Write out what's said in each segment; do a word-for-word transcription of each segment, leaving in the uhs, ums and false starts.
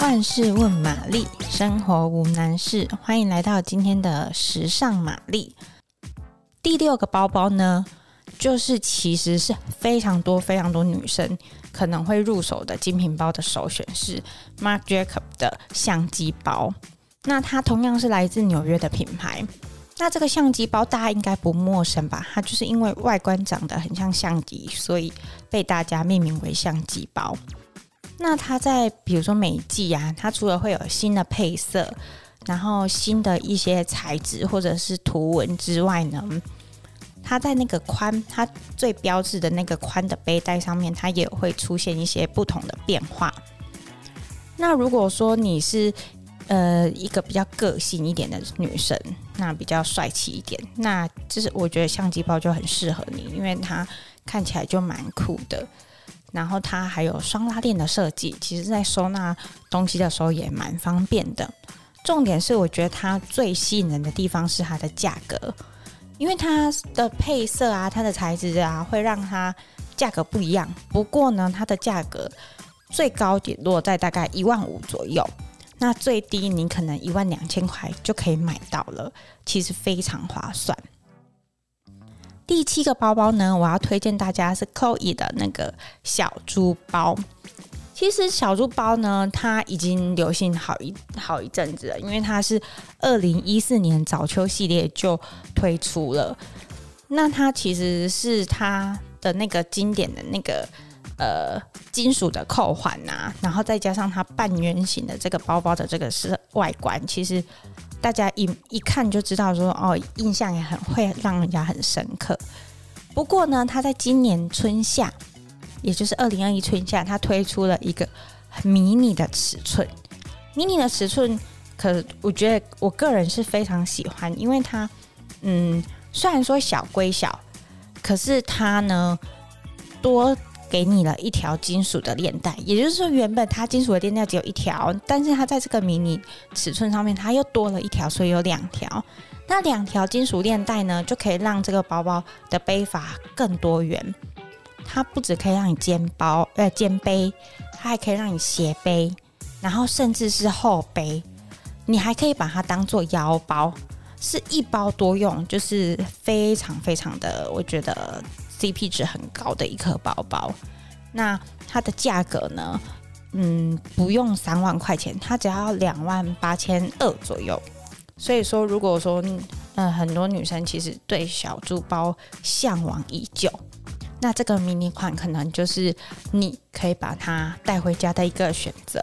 万事问玛丽，生活无难事。欢迎来到今天的时尚玛丽。第六个包包呢，就是其实是非常多非常多女生可能会入手的精品包的首选，是 Marc Jacob 的相机包。那它同样是来自纽约的品牌。那这个相机包大家应该不陌生吧？它就是因为外观长得很像相机，所以被大家命名为相机包。那它在比如说每一季啊，它除了会有新的配色，然后新的一些材质或者是图文之外呢，它在那个宽，它最标志的那个宽的背带上面，它也会出现一些不同的变化。那如果说你是呃一个比较个性一点的女生，那比较帅气一点，那就是我觉得相机包就很适合你，因为它看起来就蛮酷的。然后它还有双拉链的设计，其实在收纳东西的时候也蛮方便的。重点是我觉得它最吸引人的地方是它的价格，因为它的配色啊，它的材质啊，会让它价格不一样。不过呢，它的价格最高点落在大概一万五左右，那最低你可能一万两千块就可以买到了，其实非常划算。第七个包包呢，我要推荐大家是 Chloe 的那个小猪包。其实小猪包呢，它已经流行好一好一阵子了，因为它是二零一四年早秋系列就推出了。那它其实是它的那个经典的那个呃金属的扣环啊，然后再加上它半圆形的这个包包的这个是外观，其实大家 一, 一看就知道说哦，印象也很会让人家很深刻。不过呢，它在今年春夏，也就是二零二一春夏，它推出了一个迷你的尺寸。迷你的尺寸，可我觉得我个人是非常喜欢，因为它嗯，虽然说小归小，可是它呢多给你了一条金属的链带，也就是说原本它金属的链带只有一条，但是它在这个迷你尺寸上面它又多了一条，所以有两条。那两条金属链带呢，就可以让这个包包的背法更多元。它不只可以让你肩包呃肩背，它还可以让你斜背，然后甚至是后背，你还可以把它当做腰包，是一包多用，就是非常非常的我觉得C P 值很高的一颗包包。那它的价格呢，嗯，不用三万块钱，它只要两万八千二左右。所以说，如果说呃很多女生其实对小猪包向往已久，那这个迷你款可能就是你可以把它带回家的一个选择。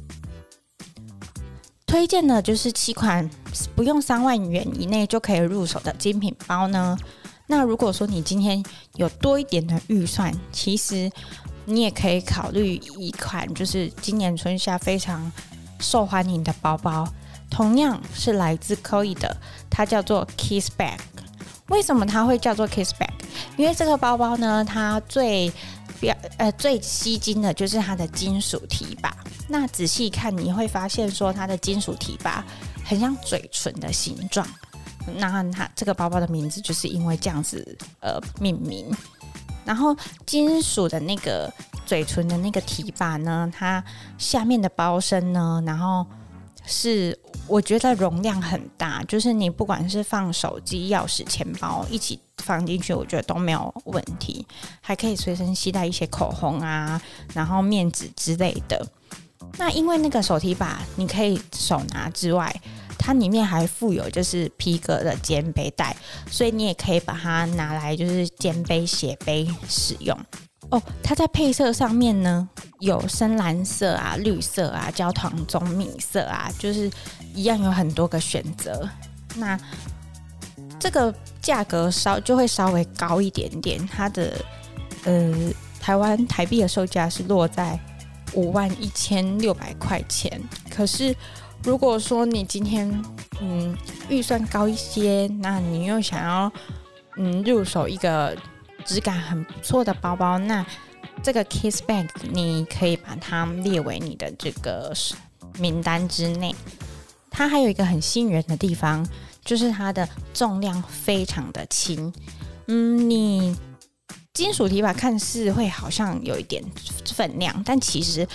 推荐的就是七款不用三万元以内就可以入手的精品包呢。那如果说你今天有多一点的预算，其实你也可以考虑一款就是今年春夏非常受欢迎的包包，同样是来自 Chloe 的，它叫做 Kiss Bag。 为什么它会叫做 Kiss Bag？ 因为这个包包呢，它最呃最吸睛的就是它的金属提把。那仔细看你会发现说，它的金属提把很像嘴唇的形状，那它这个包包的名字就是因为这样子呃命名。然后金属的那个嘴唇的那个提把呢，它下面的包身呢，然后是我觉得容量很大，就是你不管是放手机、钥匙、钱包一起放进去，我觉得都没有问题。还可以随身携带一些口红啊，然后面纸之类的。那因为那个手提把你可以手拿之外，它里面还附有就是皮革的肩背带，所以你也可以把它拿来就是肩背、斜背使用。哦，它在配色上面呢，有深蓝色啊、绿色啊、焦糖棕米色啊，就是一样有很多个选择。那这个价格稍就会稍微高一点点，它的呃台湾台币的售价是落在五万一千六百块钱。可是如果说你今天嗯预算高一些，那你又想要嗯入手一个质感很不错的包包，那这个 Kiss Bag 你可以把它列为你的这个名单之内。它还有一个很吸引人的地方，就是它的重量非常的轻。嗯，你金属提把看似会好像有一点分量，但其实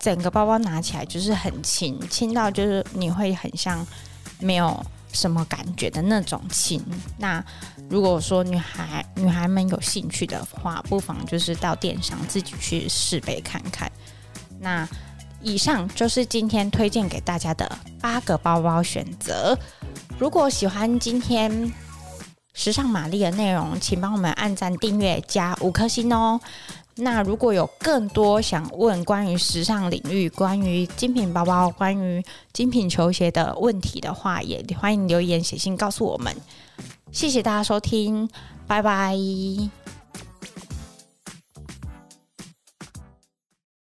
整个包包拿起来就是很轻，轻到就是你会很像没有什么感觉的那种轻。那如果说女孩女孩们有兴趣的话，不妨就是到电商自己去试背看看。那以上就是今天推荐给大家的八个包包选择。如果喜欢今天时尚玛丽的内容，请帮我们按赞、订阅、加五颗星哦。那如果有更多想问关于时尚领域、关于精品包包、关于精品球鞋的问题的话，也欢迎留言写信告诉我们。谢谢大家收听，拜拜。